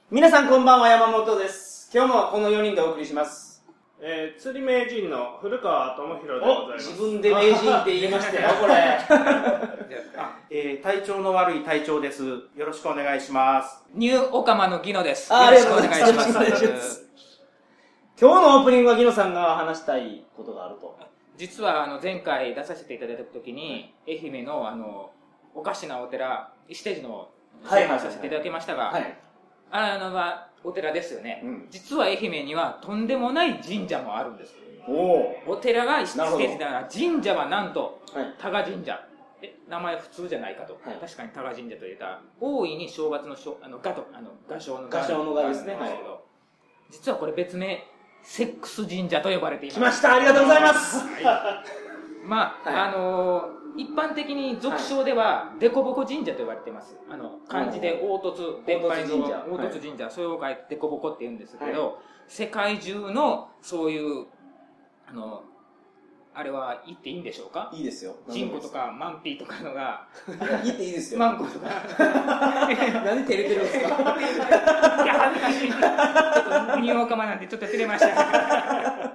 皆さんこんばんは、山本です。今日もこの4人でお送りします。 釣り名人の古川智弘でございます。 自分で名人って言いましたよ、これ。 体調の悪い隊長です。よろしくお願いします。 ニューオカマのギノです。 よろしくお願いします。今日のオープニングはギノさんが話したいことがあると。 実は前回出させていただいた時に、愛媛のおかしなお寺、石手寺の紹介させていただきましたが、お寺ですよね、実は愛媛にはとんでもない神社もあるんです。お寺が石手寺なら神社はなんと多賀神社。名前普通じゃないかと、確かに多賀神社といった大いに正月の賀と賀正の賀ですね。実はこれ別名セックス神社と呼ばれています。 来ました、ありがとうございます。 一般的に俗称ではデコボコ神社と呼ばれています。漢字で凹凸、出っ張りの凹凸神社、それを書いてデコボコって言うんですけど、世界中のそういうあれは言っていいんでしょうか？ いいですよ。 チンコとかマンピーとかのが言っていいですよ。 マンコとか何照れてるんですか？ いや恥ずかしい。ちょっとニューオカマなんてちょっと照れました。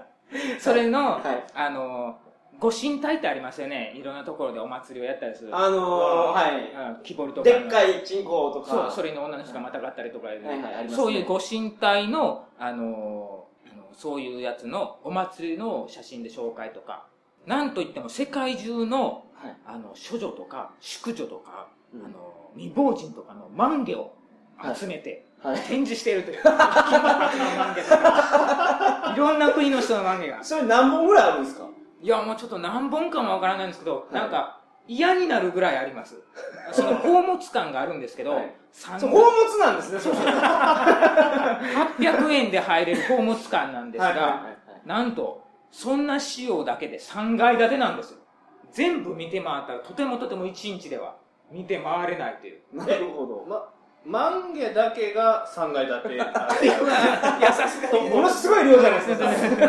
それのご神体ってありますよね。いろんなところでお祭りをやったりする。木彫りとか。 でっかいチンコとか。 そう、それの女の人がまたがったりとか、そういうご神体の、そういうやつのお祭りの写真で紹介とか、なんといっても世界中の、処女とか、淑女とか、未亡人とかの万華を集めて、展示しているという。金髪の万華とか。いろんな国の人の万華が。 それ何本ぐらいあるんですか？ いや、もうちょっと何本かもわからないんですけど、なんか、嫌になるぐらいあります。その、宝物館があるんですけど、 宝物なんですね、そうそう。 800円で入れる宝物館なんですが、なんと、そんな仕様だけで3階建てなんですよ。全部見て回ったら、とても1日では見て回れないという。 なるほど。 万華だけが3階建て。いや、 さすがに。 ものすごい量じゃないですか。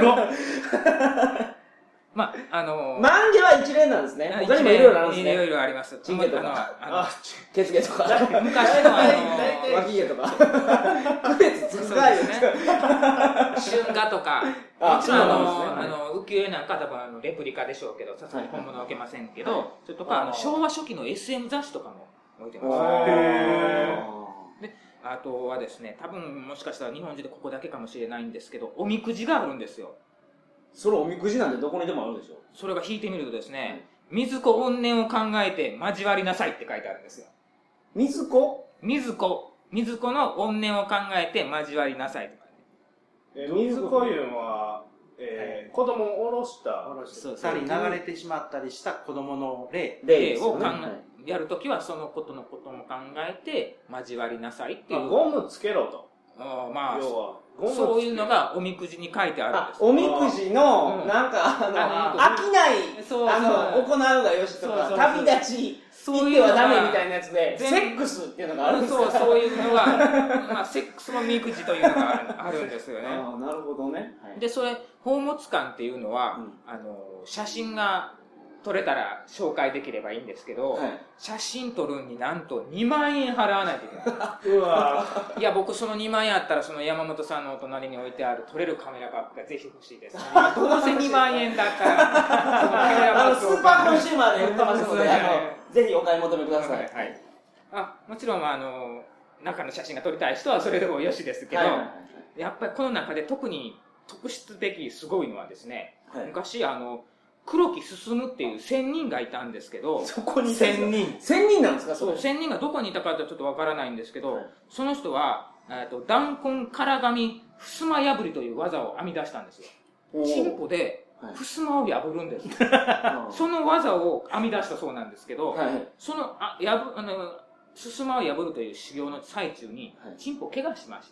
万華は一連なんですね。他にもいろいろあるんですね。 いろいろあります。 チンゲとか、ケツゲとか、 昔の脇毛とか、区別つくかいですね。 春画とか、もちろん浮世絵なんか多分レプリカでしょうけど、さすがに本物は置けませんけど、それとか昭和初期の SM 雑誌とかも置いてます。で、あとはですね、多分もしかしたら日本中でここだけかもしれないんですけど、おみくじがあるんですよ。 それおみくじなんてどこにでもあるでしょ。 それが引いてみるとですね、水子怨念を考えて交わりなさいって書いてあるんですよ。 水子の怨念を考えて交わりなさいとかね。水子いうのは、子供を下ろしたり流れてしまったりした子供の霊をやるときはそのことも考えて交わりなさいっていう。 ゴムつけろと。 要はそういうのがおみくじに書いてあるんです。 おみくじのなんか飽きない行うがよしとか旅立ち行ってはダメみたいなやつでセックスっていうのがあるんですか？ そういうのがセックスのみくじというのがあるんですよね。 なるほどね。 でそれ宝物館っていうのは写真が撮れたら紹介できればいいんですけど、写真撮るになんと2万円払わないといけない。 うわいや、僕その2万円あったらその山本さんのお隣に置いてある撮れるカメラバッグがぜひ欲しいです。どうせ2万円だったら、そのカメラバッグを。 スーパーコンシューマーで売ってますので、ぜひお買い求めください。 もちろん中の写真が撮りたい人はそれでもよしですけど、やっぱりこの中で特に特筆的すごいのはですね、昔黒木進っていう仙人がいたんですけど、 そこに仙人なんですか？ そう、仙人がどこにいたかってちょっとわからないんですけど、その人は弾痕唐紙襖破りという技を編み出したんですよ。チンポで襖を破るんです。その技を編み出したそうなんですけど、その襖を破るという修行の最中にチンポを怪我しまして、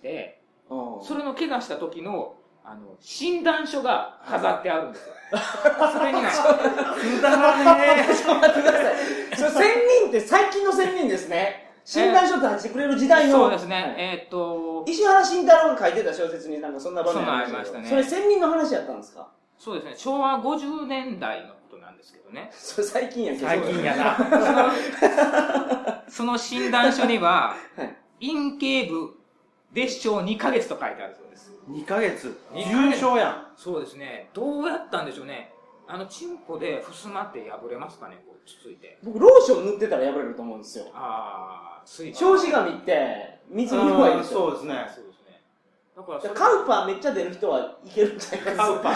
それの怪我した時の診断書が飾ってあるんですよ。それにはくだらねえ。ちょっと待ってください。それ仙人って最近の仙人ですね。診断書って出してくれる時代の。 そうですね。 石原慎太郎が書いてた小説になんかそんな場面ありましたね。 それ仙人の話やったんですか？ そうですね。昭和50年代のことなんですけどね。 それ最近やんけど。 最近やな。 その診断書には、陰茎部、 で賞2ヶ月と書いてあるそうです。 2ヶ月重賞やん。 そうですね。どうやったんでしょうね。チンポでふすまって破れますかね、こうつついて。 僕ローション塗ってたら破れると思うんですよ。消子紙って水に弱いでしょ。 そうですね。 だからカウパーめっちゃ出る人はいけるんじゃないですか。カウパ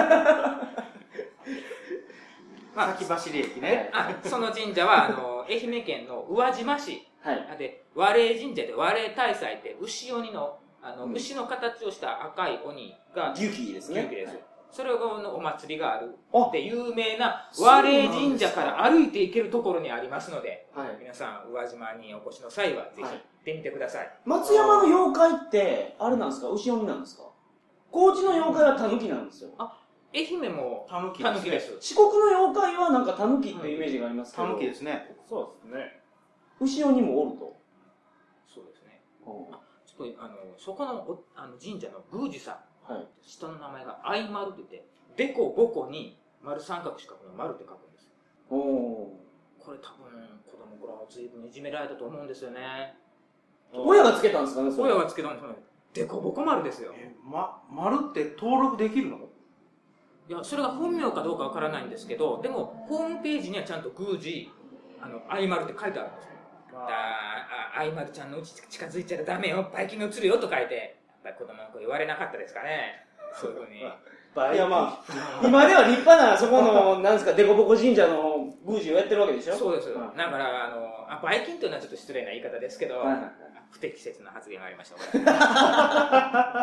ー先走り駅ね。 その神社は愛媛県の宇和島市で、和霊神社で和霊大祭って牛鬼の牛の形をした赤い鬼が牛鬼ですね。 牛鬼です。それのお祭りがあるって有名な和霊神社から歩いて行けるところにありますので、皆さん宇和島にお越しの際はぜひ行ってみてください。 松山の妖怪ってあれなんですか、牛鬼なんですか？高知の妖怪はタヌキなんですよ。 愛媛もタヌキです。 四国の妖怪はなんかタヌキっていうイメージがありますけど。 タヌキですね。 そうですね。 牛鬼もおると。 そうですね。ちょっとそこの神社の宮司さん、下の名前が愛丸って言って、でこぼこに丸三角四角の丸って書くんです。これ多分子供の頃随分いじめられたと思うんですよね。 親がつけたんですかね。 親がつけたんですよね。でこぼこ丸ですよ。 丸って登録できるの？ いや、それが本名かどうかわからないんですけど、でもホームページにはちゃんと宮司愛丸って書いてあるんですよ。愛丸ちゃんのうち近づいちゃダメよ、バイキング映るよと書いて、やっぱり子供の子言われなかったですかね。そういうふうに。 いや今では立派なそこのなんですか、デコボコ神社の宮司をやってるわけでしょ。 そうです。だからバイキンというのはちょっと失礼な言い方ですけど、不適切な発言がありました。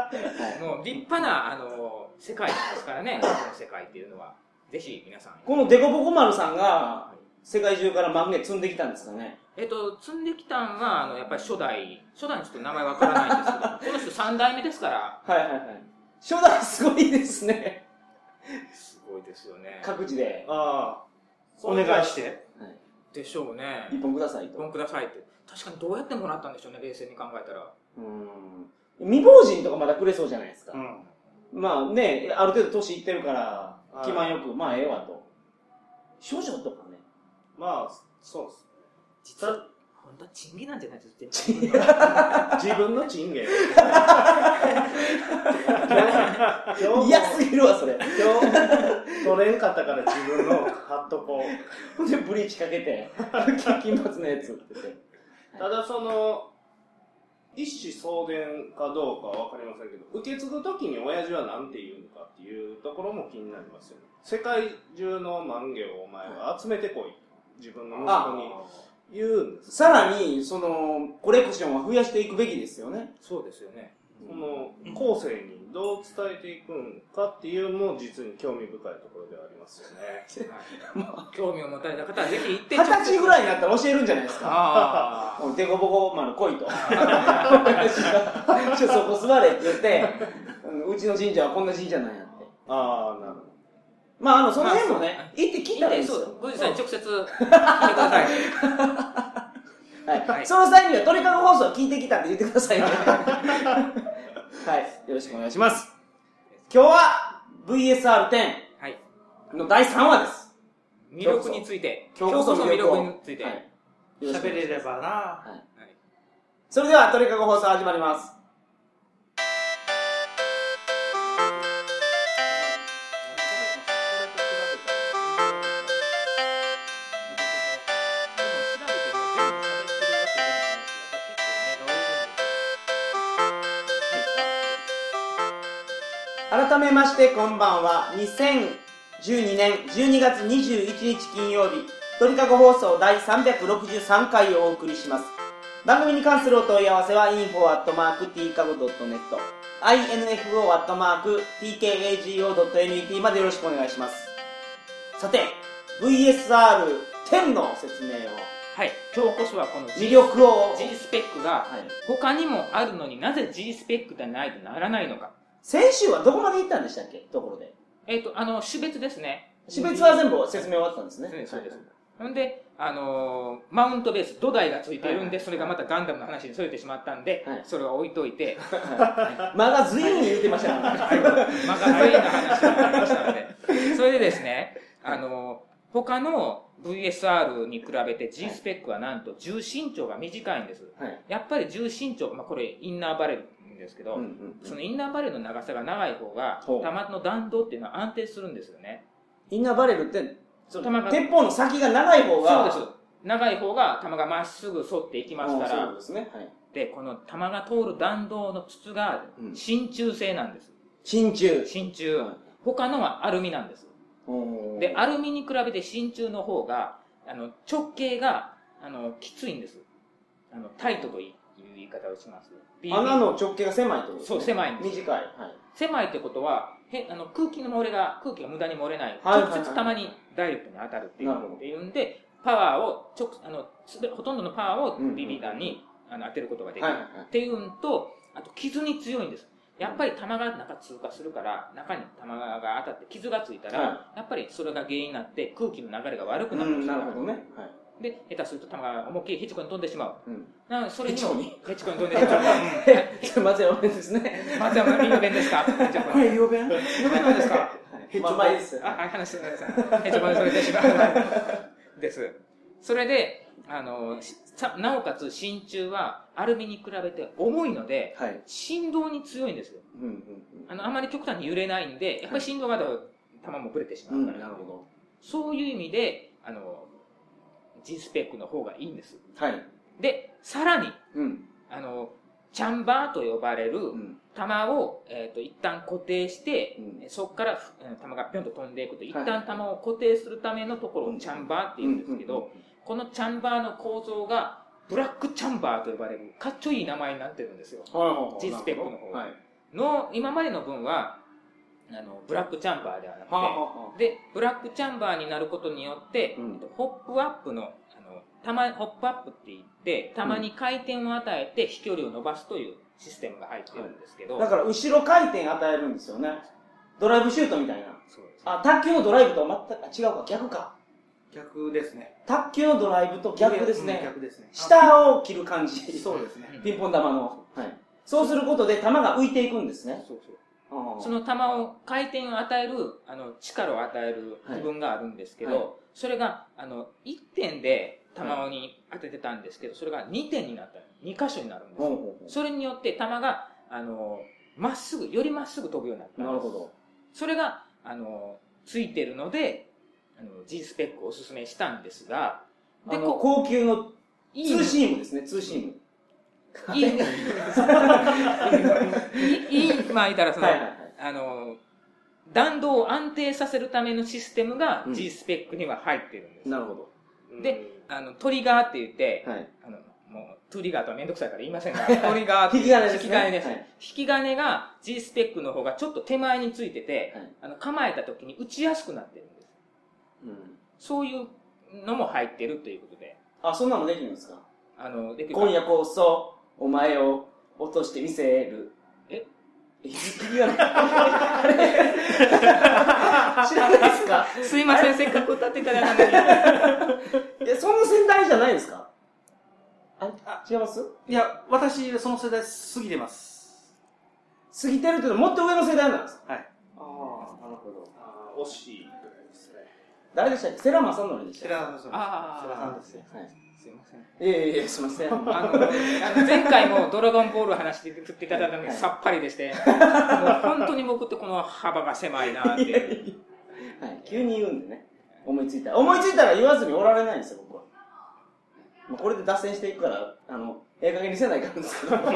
もう立派な世界ですからね、この世界っていうのはぜひ皆さん。 このデコボコ丸さんが世界中からマグネ積んできたんですかね。 積んできたんはやっぱり初代にちょっと名前わからないんですけど、この人3代目ですから。 初代すごいですね。 すごいですよね。 各地で。 お願いして。 でしょうね。 一本くださいと。 一本くださいって。確かにどうやってもらったんでしょうね、冷静に考えたら。 未亡人とかまだくれそうじゃないですか。まあね、ある程度年いってるから、気前よく、まあええわと。処女とかね。 まあ、そうっす。 実は、本当はチンゲなんじゃないですか。自分のチンゲ。 嫌すぎるわ、それ。 今日、取れんかったから自分の貼っとこう。 ほんで、ブリーチかけて、金髪のやつってて。 ただ一子相伝かどうかは分かりませんけど、受け継ぐときに親父は何て言うのかっていうところも気になりますよね。世界中の万華をお前は集めてこい。自分の息子に言うんです。 さらに、コレクションは増やしていくべきですよね。 そうですよね。 後世にどう伝えていくんかっていうのも実に興味深いところではありますよね。 興味を持たれた方はぜひ行って 20歳ぐらいになったら教えるんじゃないですか。デコボコ丸来いと。そこ座れって言って、うちの神社はこんな神社なんやって。 なるほど。 まあ、その辺もね、行って聞いたらいいですよ。 宮司さんに直接聞いてください。 その際には鳥かご放送聞いてきたって言ってくださいね。はい、よろしくお願いします。今日は VSR10 の第3話です。 魅力について。 今日こそ魅力について。 喋れればな。 それでは鳥かご放送始まります。改めましてこんばんは。2012年12月21日金曜日、鳥かご放送第363回をお送りします。番組に関するお問い合わせは info@tkago.net info@tkago.net までよろしくお願いします。さて、VSR10 の説明を。 はい、今日こそはこの魅力を G スペックが他にもあるのになぜ G スペックでないとならないのか。 先週はどこまで行ったんでしたっけ、ところで。 種別ですね。 種別は全部説明終わったんですね。 そうです。ほんで、マウントベース、土台がついているんで、それがまたガンダムの話にそれてしまったんで、それは置いといて。 間が随分に言ってましたからね。 間が随分な話になりましたので。それでですね、他の VSR に比べて G スペックはなんと重心長が短いんです。はい、やっぱり重心長、これインナーバレルんですけど、そのインナーバレルの長さが長い方が、弾の弾道っていうのは安定するんですよね。 インナーバレルって、鉄砲の先が長い方が。 そうです。長い方が弾がまっすぐ沿っていきますから。そうですね。はい。で、この弾が通る弾道の筒が真鍮製なんです。 真鍮。 真鍮。他のはアルミなんです。で、アルミに比べて真鍮の方が、直径が、きついんです。タイトという言い方をします。 穴の直径が狭いってことですね。 そう、狭いんです。 短い。はい。 狭いってことは、空気が無駄に漏れない。直接弾にダイレクトに当たるっていうんで、パワーをほとんどのパワーを BB 弾に当てることができる。っていうのと、あと傷に強いんです。やっぱり弾が中通過するから、中に弾が当たって傷がついたら、やっぱりそれが原因になって空気の流れが悪くなるんです。 なるほどね。 で、下手すると弾が思いっきりヘチコに飛んでしまう。なので、それにも、ヘチコに飛んでしまう。 松山弁ですね。 松山弁の弁ですか？ これ、洋弁？ 洋弁なんですか？ ヘチコです。 話してください。ヘチコに飛んでしまう。です。それで、なおかつ真鍮はアルミに比べて重いので、振動に強いんですよ。あまり極端に揺れないんで、やっぱり振動があると弾もぶれてしまうから。なるほど。そういう意味で、G スペックの方がいいんです。はい。で、さらに、チャンバーと呼ばれる弾を、一旦固定して、そこから弾がぴょんと飛んでいくと、一旦弾を固定するためのところをチャンバーって言うんですけど、このチャンバーの構造がブラックチャンバーと呼ばれるかっちょいい名前になってるんですよ。G スペックの方の今までの分はブラックチャンバーではなくて、でブラックチャンバーになることによって、ホップアップのホップアップって言って弾に回転を与えて飛距離を伸ばすというシステムが入ってるんですけど、 だから後ろ回転与えるんですよね。ドライブシュートみたいな。卓球のドライブとは全く違うか、逆か。 逆ですね。 卓球のドライブと逆ですね。逆ですね。下を切る感じ。 そうですね。 ピンポン球の。はい。そうすることで球が浮いていくんですね。そうそう。 その球を回転を与える力を与える部分があるんですけど、それが1点で球に当ててたんですけど、それが2点になった。2箇所になるんですよ。それによって球がまっすぐよりまっすぐ飛ぶようになった。なるほど。それがついてるので。G スペックをおすすめしたんですが、 で高級のツーシームですね、ツーシーム。 まあ言ったら弾道を安定させるためのシステムが G スペックには入っているんです。 なるほど。で、トリガーって言って、もうトリガーとはめんどくさいから言いませんが、トリガーって引き金です。引き金です。引き金が G スペックの方がちょっと手前についてて、構えた時に打ちやすくなってるんです。そういうのも入ってるということで。 そんなのできるんですか？今夜こそお前を落としてみせる。引き金知らないですか？ すいません、せっかく歌っていただいたのに。 その世代じゃないですか？違います？ いや、私その世代過ぎてます。 過ぎてるっていうのはもっと上の世代なんですか？ はい。 なるほど。惜しい。 誰でしたっけ？世良正則でしたっけ？ 世良さんですね。 すいません。 すいません。 前回もドラゴンボールを話して振っていただいたのにさっぱりでして、もう本当に僕ってこの幅が狭いなって。 急に言うんでね。思いついたら言わずにおられないんですよ、僕は。これで脱線していくから、ええ加減にせないかんですけど。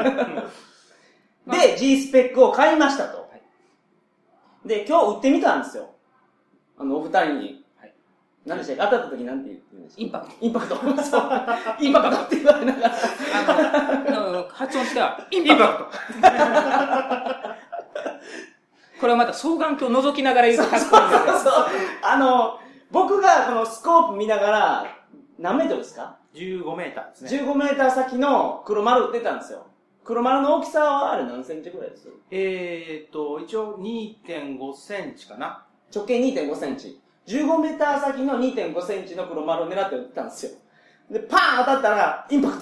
で、G スペックを買いましたと。で、今日売ってみたんですよ。お二人に。何でしたっけ？当たった時なんて言うんですか？ インパクト。 インパクト。そう。インパクトって言われながら。 発音しては、インパクト。これはまた双眼鏡を覗きながら言うとかっこいいんですよ。 僕がこのスコープ見ながら、何メートルですか？ 15メーターですね。 15メーター先の黒丸売ってたんですよ。黒丸の大きさはあれ何センチぐらいです？ 一応 2.5 センチかな。 直径 2.5 センチ。15メーター先の 2.5 センチの黒丸を狙って売ってたんですよ。で、パーン当たったら、インパクト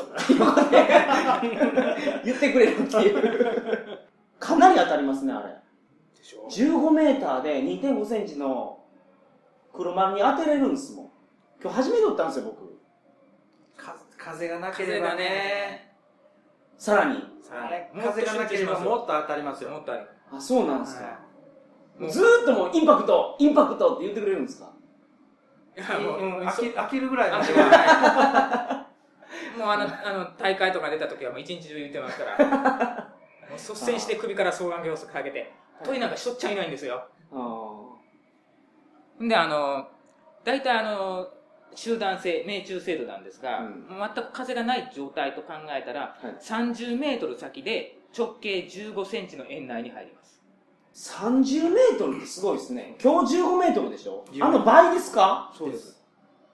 言ってくれるっていう。かなり当たりますね、あれ。 でしょ？ 15メーターで 2.5 センチの黒丸に当てれるんですもん。 今日初めて打ったんですよ、僕。 風がなければね。 さらに。 風がなければもっと当たりますよ。 もっとある。 あ、そうなんですか。ずーっともうインパクトって言ってくれるんですか？ いや、もう、飽きるぐらいまではない。もう大会とか出た時はもう一日中言ってますから。もう率先して首から双眼鏡をかけて、鳥なんかしょっちゃいないんですよ。で、大体集団性、命中精度なんですが、全く風がない状態と考えたら、30メートル先で直径15センチの円内に入ります。 30メートルってすごいですね。今日15メートルでしょ？倍ですか？ そうです。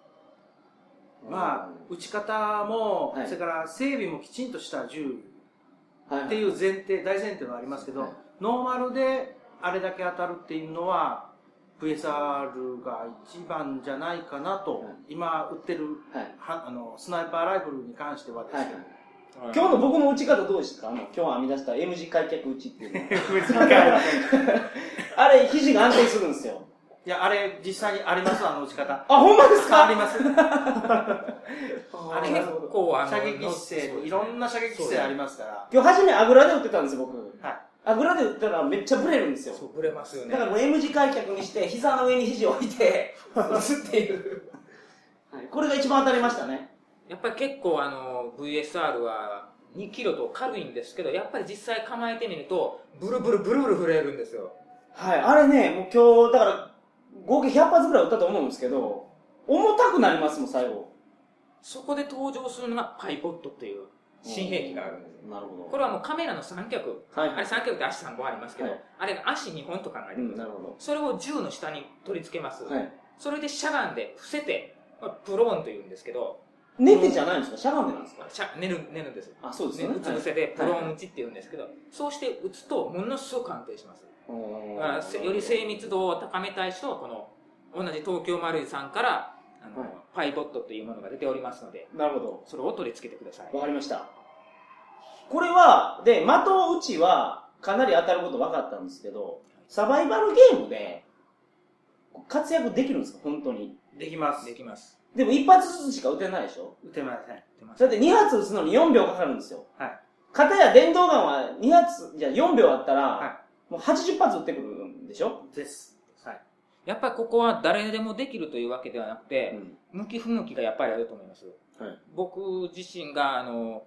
まあ、打ち方も、それから整備もきちんとした銃っていう大前提がありますけど、ノーマルであれだけ当たるっていうのは、VSR が一番じゃないかなと、今売ってる、スナイパーライフルに関してはですけど、 今日の僕の打ち方どうですか？今日編み出した M 字開脚打ちっていうのあれ肘が安定するんですよ。 いや、あれ実際にあります、打ち方。 あ、ほんまですか？ あります。 結構射撃姿勢、いろんな射撃姿勢ありますから。 今日初めあぐらで打ってたんですよ、僕。あぐらで打ったらめっちゃブレるんですよ。 そう、ブレますよね。 だからもう M 字開脚にして膝の上に肘を置いて打つっていうこれが一番当たりましたね。 やっぱり結構VSR は2キロと軽いんですけど、やっぱり実際構えてみるとブルブル震えるんですよ。 はい、あれね、もう今日だから合計100発ぐらい打ったと思うんですけど、重たくなりますもん、最後。 そこで登場するのがパイポットっていう新兵器があるんです。 なるほど。 これはもうカメラの三脚、あれ三脚って足3本ありますけど、あれが足2本と考えてください。それを銃の下に取り付けます。それでしゃがんで伏せて、プローンというんですけど、 寝てじゃないんですか？しゃがんでなんですか？ 寝るんです。 あ、そうですね。 うつ伏せでプローン打ちって言うんですけど、そうして打つとものすごく安定します。だからより精密度を高めたい人はこの同じ東京マルイさんからパイボットというものが出ておりますので、 なるほど。 それを取り付けてください。 わかりました。これはで的打ちはかなり当たること分かったんですけど、サバイバルゲームで活躍できるんですか？本当に。 できます。 できます。 でも1発ずつしか撃てないでしょ？ 撃てません。 だって2発撃つのに4秒かかるんですよ。 はい。 片や電動ガンは2発じゃ4秒あったら、もう80発撃ってくるんでしょ？ です。はい。 やっぱりここは誰でもできるというわけではなくて、向き不向きがやっぱりあると思います。はい、僕自身が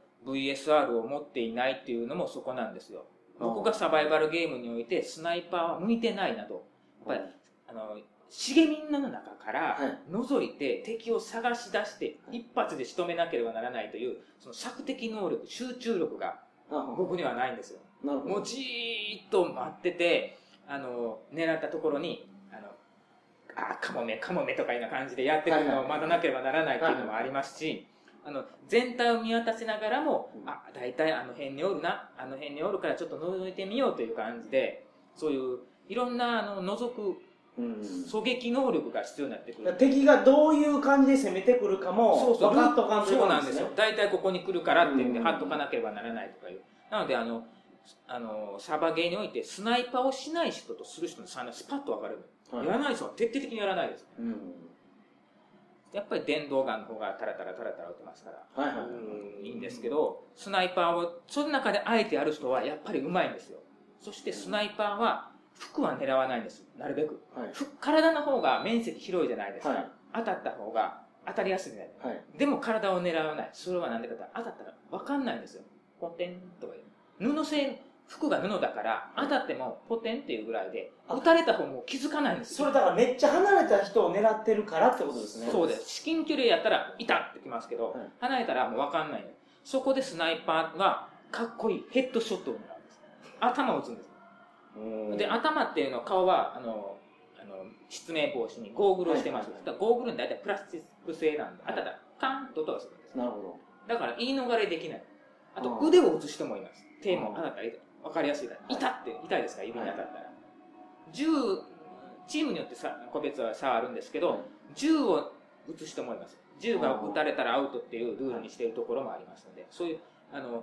VSR を持っていないっていうのもそこなんですよ。僕がサバイバルゲームにおいてスナイパーは向いてないなと。やっぱり茂みの中から覗いて敵を探し出して一発で仕留めなければならないというその索敵能力、集中力が僕にはないんですよ。もうじーっと待ってて狙ったところにカモメとかいうような感じでやってくるのを待たなければならないっていうのもありますし、全体を見渡しながらも大体あの辺におるな、あの辺におるからちょっと覗いてみようという感じで、そういういろんな覗く狙撃能力が必要になってくる。 敵がどういう感じで攻めてくるかも分かっとかんといかんですね。 そうなんですよ。大体ここに来るからっていうんで、貼っとかなければならないとかいう。なのでサバゲーにおいてスナイパーをしない人とする人の差がスパッと分かれる。やらない人は徹底的にやらないです。やっぱり電動ガンの方がタラタラ打ってますからいいんですけど、スナイパーをその中であえてやる人はやっぱりうまいんですよ。そしてスナイパーは服は狙わないんです、なるべく。体の方が面積広いじゃないですか。当たった方が当たりやすいじゃないですか。でも体を狙わない。それはなんでかって当たったら分かんないんですよ。ポテンとか言う。布製服が布だから当たってもポテンっていうぐらいで撃たれた方も気づかないんですよ。 それだからめっちゃ離れた人を狙ってるからってことですね。 そうです。至近距離やったらいたってきますけど、離れたらもう分かんない。そこでスナイパーがかっこいいヘッドショットを狙うんです。頭を撃つんです。で頭っていうのは顔は失明防止にゴーグルをしてます。ゴーグルに大体プラスチック製なんで当たったらカーンと音がするんです。 なるほど。 だから言い逃れできない。あと腕を打つ人もいます。手も当たったら分かりやすいから。痛いですか、指に当たったら。チームによって個別は差あるんですけど、銃を撃つ人もいます。銃が撃たれたらアウトっていうルールにしているところもありますので、そういう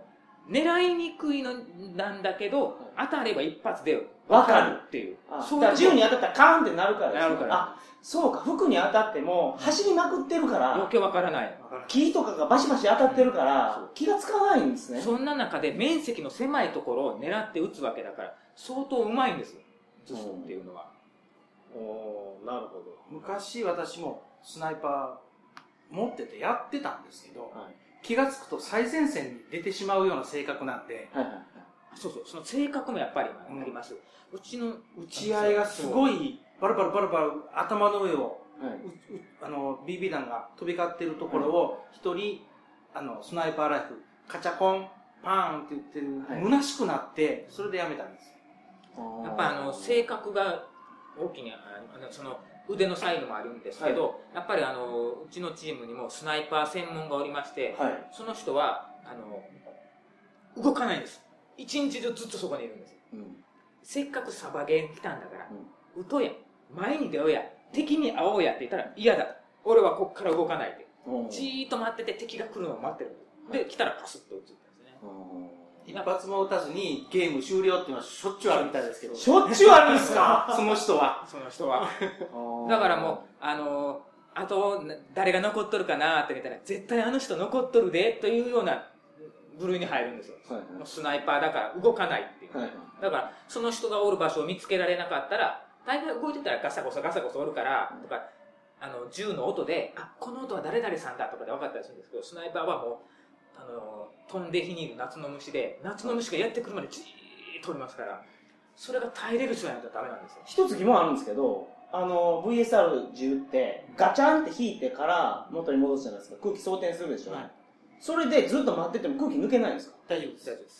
狙いにくいのなんだけど、当たれば一発で分かるっていう。 そうだから銃に当たったらカーンってなるからですね。あ、そうか、服に当たっても走りまくってるから、 余計分からない。 木とかがバシバシ当たってるから、気がつかないんですね。 そんな中で面積の狭いところを狙って撃つわけだから、相当うまいんですよ、撃つっていうのは。 なるほど。 昔私もスナイパー持っててやってたんですけど、気がつくと最前線に出てしまうような性格なんで、 そうそう、その性格もやっぱりあります。うちの打ち合いがすごいバラバラバラバラ頭の上を、BB 弾が飛び交ってるところを一人スナイパーライフルカチャコンパーンって言ってる、虚しくなってそれでやめたんです。 やっぱ性格が大きにその腕のサイズもあるんですけど、やっぱりうちのチームにもスナイパー専門がおりまして、その人は動かないんです。一日中ずっとそこにいるんです。せっかくサバゲーに来たんだから、撃とうや、前に出ようや、敵に会おうやって言ったら嫌だ、俺はこっから動かないでじーっと待ってて敵が来るのを待ってる。で来たらパスッと撃つんですね。 一発も撃たずにゲーム終了っていうのはしょっちゅうあるみたいですけど。 しょっちゅうあるんですか？ その人はだからもうあと誰が残っとるかなって見たら絶対あの人残っとるでというような部類に入るんですよ。スナイパーだから動かないっていう、だからその人がおる場所を見つけられなかったら、大概動いてたらガサゴソガサゴソおるからとか、銃の音でこの音は誰々さんだとかで分かったりするんですけど、スナイパーはもう飛んで火にいる夏の虫で、夏の虫がやってくるまでじーっとおりますから、それが耐えれる人じゃないとダメなんですよ。 一つ疑問あるんですけど、VSR10 ってガチャンって引いてから元に戻すじゃないですか。空気装填するでしょ、それでずっと待ってても空気抜けないんですか？ 大丈夫です。大丈夫です。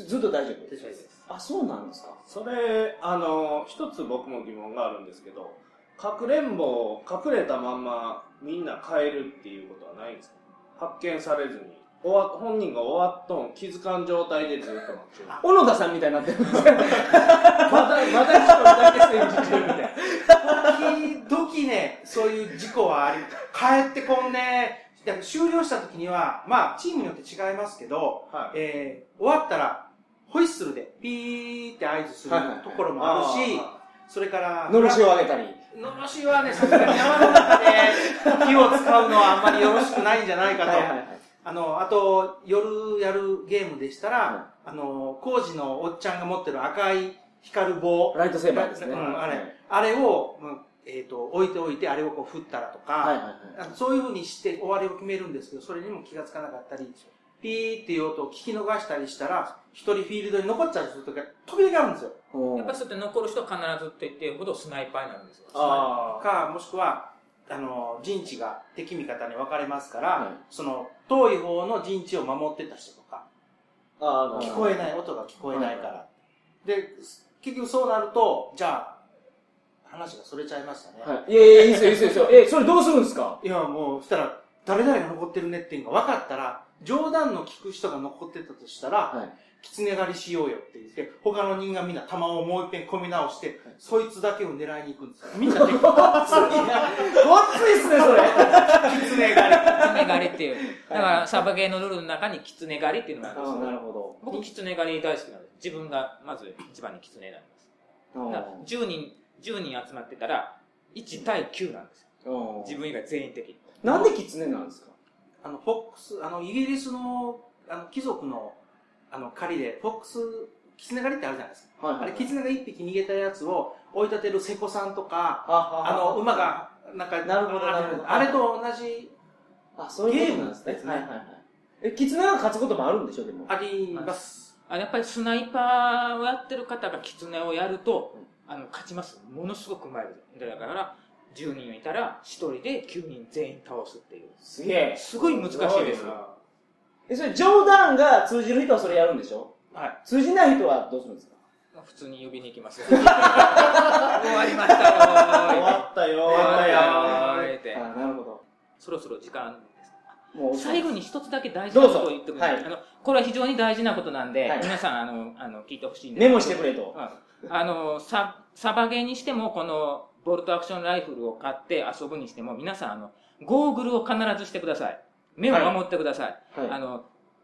ずっと大丈夫です。 あ、そうなんですか。 それ一つ僕も疑問があるんですけど、かくれんぼを隠れたまんまみんな帰るっていうことはないんですか？発見されずに本人が終わっとん気づかん状態でずっと待ってる。 小野田さんみたいになってるんですよ。 まだ一人だけ戦時中みたいな。 時々ね、そういう事故はあり、帰ってこんね。終了した時には、まあチームによって違いますけど、終わったらホイッスルでピーって合図するところもあるし、それからのろしを上げたり。 のろしはね、さすがに山の中で火を使うのはあんまりよろしくないんじゃないかと。あと夜やるゲームでしたら、工事のおっちゃんが持ってる赤い光る棒、 ライトセーバーですね。 あれを置いておいて、あれをこう振ったらとか、そういう風にして終わりを決めるんですけど、それにも気がつかなかったり、ピーっていう音を聞き逃したりしたら、一人フィールドに残っちゃう人とか飛び出があるんですよ。 やっぱりそうやって残る人は必ずって言っているほどスナイパーになるんですよ。 か、もしくは、陣地が敵味方に分かれますから、その遠い方の陣地を守ってた人とか、聞こえない、音が聞こえないから。で、結局そうなると、じゃあ、話がそれちゃいましたね。 いや、いいですよ。それどうするんですか？ いや、もう、そしたら、誰々が残ってるねっていうのが分かったら、冗談の聞く人が残ってたとしたら、狐狩りしようよって言って、他の人がみんな弾をもう一遍込み直して、そいつだけを狙いに行くんですよ。みんなで、ごっついっすね、それ。狐狩りっていう。だから、サバゲーのルールの中に狐狩りっていうのがあるんですよ。 なるほど。 僕、狐狩り大好きなんです。自分がまず一番に狐になります。だから10人集まってたら、1対9なんですよ。自分以外全員的に。 なんで狐なんですか？ フォックス、イギリスの、貴族の、狩りで、フォックス、狐狩りってあるじゃないですか。あれ、狐が1匹逃げたやつを追い立てる瀬古さんとか、馬が、なんか、 なるほど。 あれと同じ、 そういうことなんですね。狐が勝つこともあるんでしょ、でも。 あります。 やっぱりスナイパーをやってる方が狐をやると、勝ちます。ものすごくうまいです。だから、10人いたら1人で9人全員倒すっていう。 すげえ。 すごい難しいです。 それ冗談が通じる人はそれやるんでしょ？通じない人はどうするんですか？ 普通に呼びに行きますよ。終わりましたよ。 終わったよ。 なるほど。 そろそろ時間です。最後に一つだけ大事なことを言ってください。これは非常に大事なことなんで、皆さん聞いてほしいんです。 メモしてくれと。 サバゲーにしてもこのボルトアクションライフルを買って遊ぶにしても、皆さんゴーグルを必ずしてください。目を守ってください。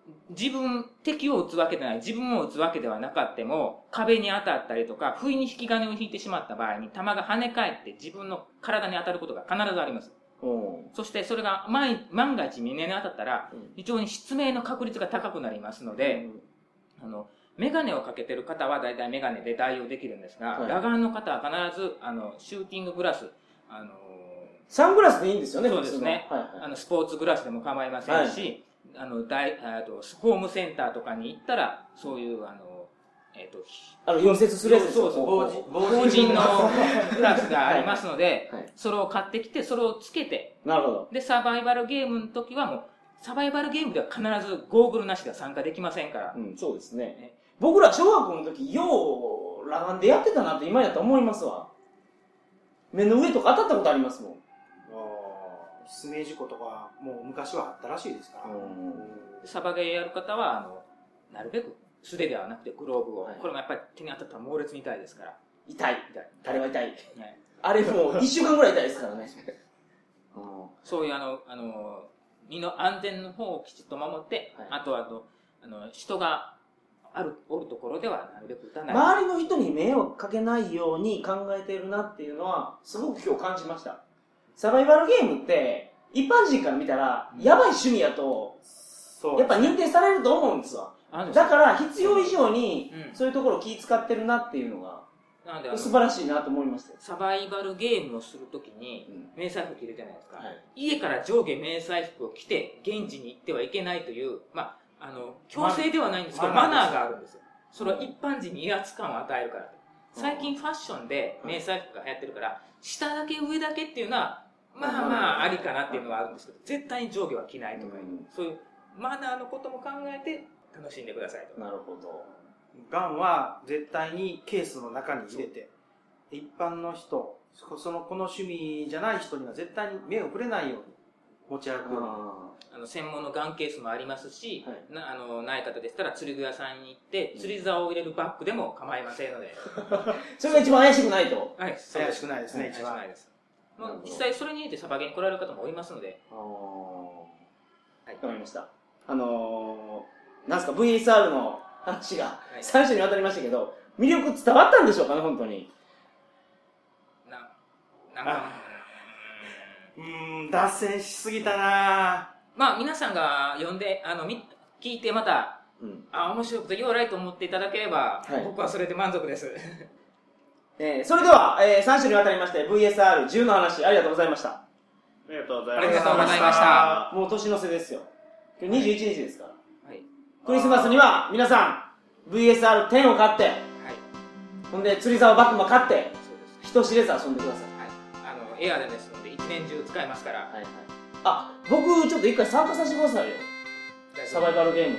敵を撃つわけでない、自分を撃つわけではなかっても、壁に当たったりとか、不意に引き金を引いてしまった場合に、弾が跳ね返って自分の体に当たることが必ずあります。そしてそれが万が一胸に当たったら、非常に失明の確率が高くなりますので、メガネをかけてる方は大体メガネで代用できるんですが、裸眼の方は必ず、シューティンググラス、 サングラスでいいんですよね、 そうですね。スポーツグラスでも構いませんし、ホームセンターとかに行ったら、そういう、 溶接するやつですよ。 防塵のグラスがありますので、それを買ってきて、それをつけて、 なるほど。 で、サバイバルゲームの時はもう、サバイバルゲームでは必ずゴーグルなしでは参加できませんから。 そうですね。僕ら小学校の時、よう裸眼でやってたなって今やったら思いますわ。目の上とか当たったことありますもん。 失明事故とかもう昔はあったらしいですから。 サバゲーやる方はなるべく素手ではなくてグローブを、これもやっぱり手に当たったら猛烈に痛いですから。 痛い。あれは痛い。あれもう1週間ぐらい痛いですからね。 そういう身の安全の方をきちっと守って、あと人がおるところではなるべく打たない。 周りの人に迷惑かけないように考えてるなっていうのはすごく今日感じました。サバイバルゲームって一般人から見たらやばい趣味やとやっぱ認定されると思うんですわ。だから必要以上にそういうところを気使ってるなっていうのが素晴らしいなと思いました。 サバイバルゲームをするときに迷彩服着るじゃないですか、家から上下迷彩服を着て現地に行ってはいけないという強制ではないんですけど、マナーがあるんですよ。それは一般人に威圧感を与えるからと。最近ファッションで迷彩服が流行ってるから、下だけ上だけっていうのは、ありかなっていうのはあるんですけど、絶対に上下は着ないとかいう、そういうマナーのことも考えて楽しんでくださいと。 なるほど。 ガンは絶対にケースの中に入れて、一般の人、この趣味じゃない人には絶対に目を触れないように持ち歩くように。 専門のガンケースもありますし、ない方でしたら釣り具屋さんに行って釣り竿を入れるバッグでも構いませんのでそれが一番怪しくないと。 怪しくないですね。 一番ないです。実際それに入れてサバゲーに来られる方もおりますので。 わかりました。なんすか VSR の話が3種にわたりましたけど、魅力伝わったんでしょうかね、本当に。 脱線しすぎたな。 皆さんが読んで聞いてまた、面白いこと言わないと思っていただければ、僕はそれで満足です。 それでは、3種にわたりまして VSR10 の話ありがとうございました。 ありがとうございました。 もう年の瀬ですよ。今日21日ですから。クリスマスには皆さん VSR10 を買って、ほんで釣り竿バッグも買って、人知れず遊んでください。 エアーですので一年中使えますから。 僕ちょっと一回参加させてくださいよ。サバイバルゲームに。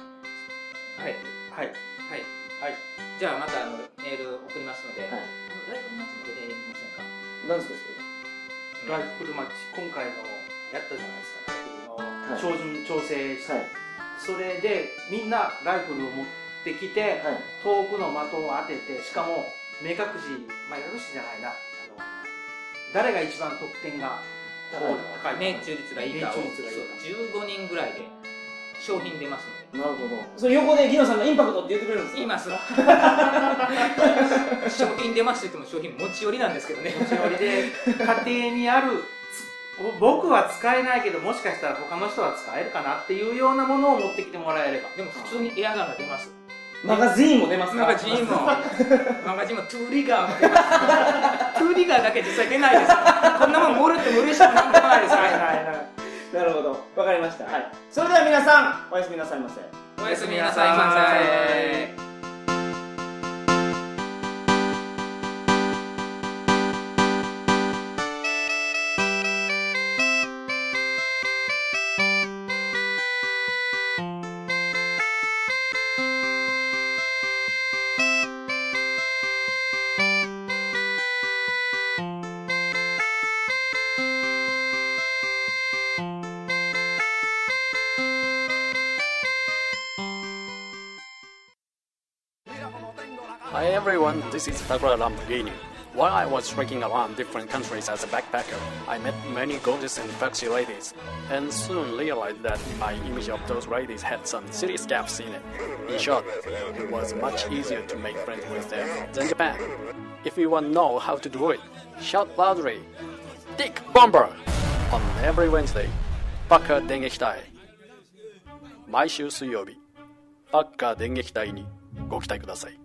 じゃあまたメール送りますので、ライフルマッチも出てみませんか？ 何ですかそれ？ライフルマッチ今回のやったじゃないですか。標準調整したい。それでみんなライフルを持ってきて、遠くの的を当てて、しかも目隠しじゃないな、誰が一番得点が高い、 命中率がいいかを15人ぐらいで商品出ますので。 なるほど。それ横でギノさんがインパクトって言ってくれるんですか？ 言います。商品出ますと言っても商品持ち寄りなんですけどね。 持ち寄りで家庭にある僕は使えないけどもしかしたら他の人は使えるかなっていうようなものを持ってきてもらえれば。 でも普通にエアガンが出ます。 マガジンも出ますか？ マガジンもトゥーリガーも出ます。トゥーリガーだけ実際出ないです。こんなもん盛るっても嬉しくなんでもないです。 なるほど、わかりました。それでは皆さんおやすみなさいませ。 おやすみなさいませ。 Hi everyone, this is Sakura Lamborghini. While I was trekking around different countries as a backpacker, I met many gorgeous and foxy ladies, and soon realized that my image of those ladies had some serious gaps in it. In short, it was much easier to make friends with them than Japan. If you want to know how to do it, shout loudly, Dick Bomber! On every Wednesday, バカ電撃隊。毎週水曜日、バカ電撃隊にご期待ください。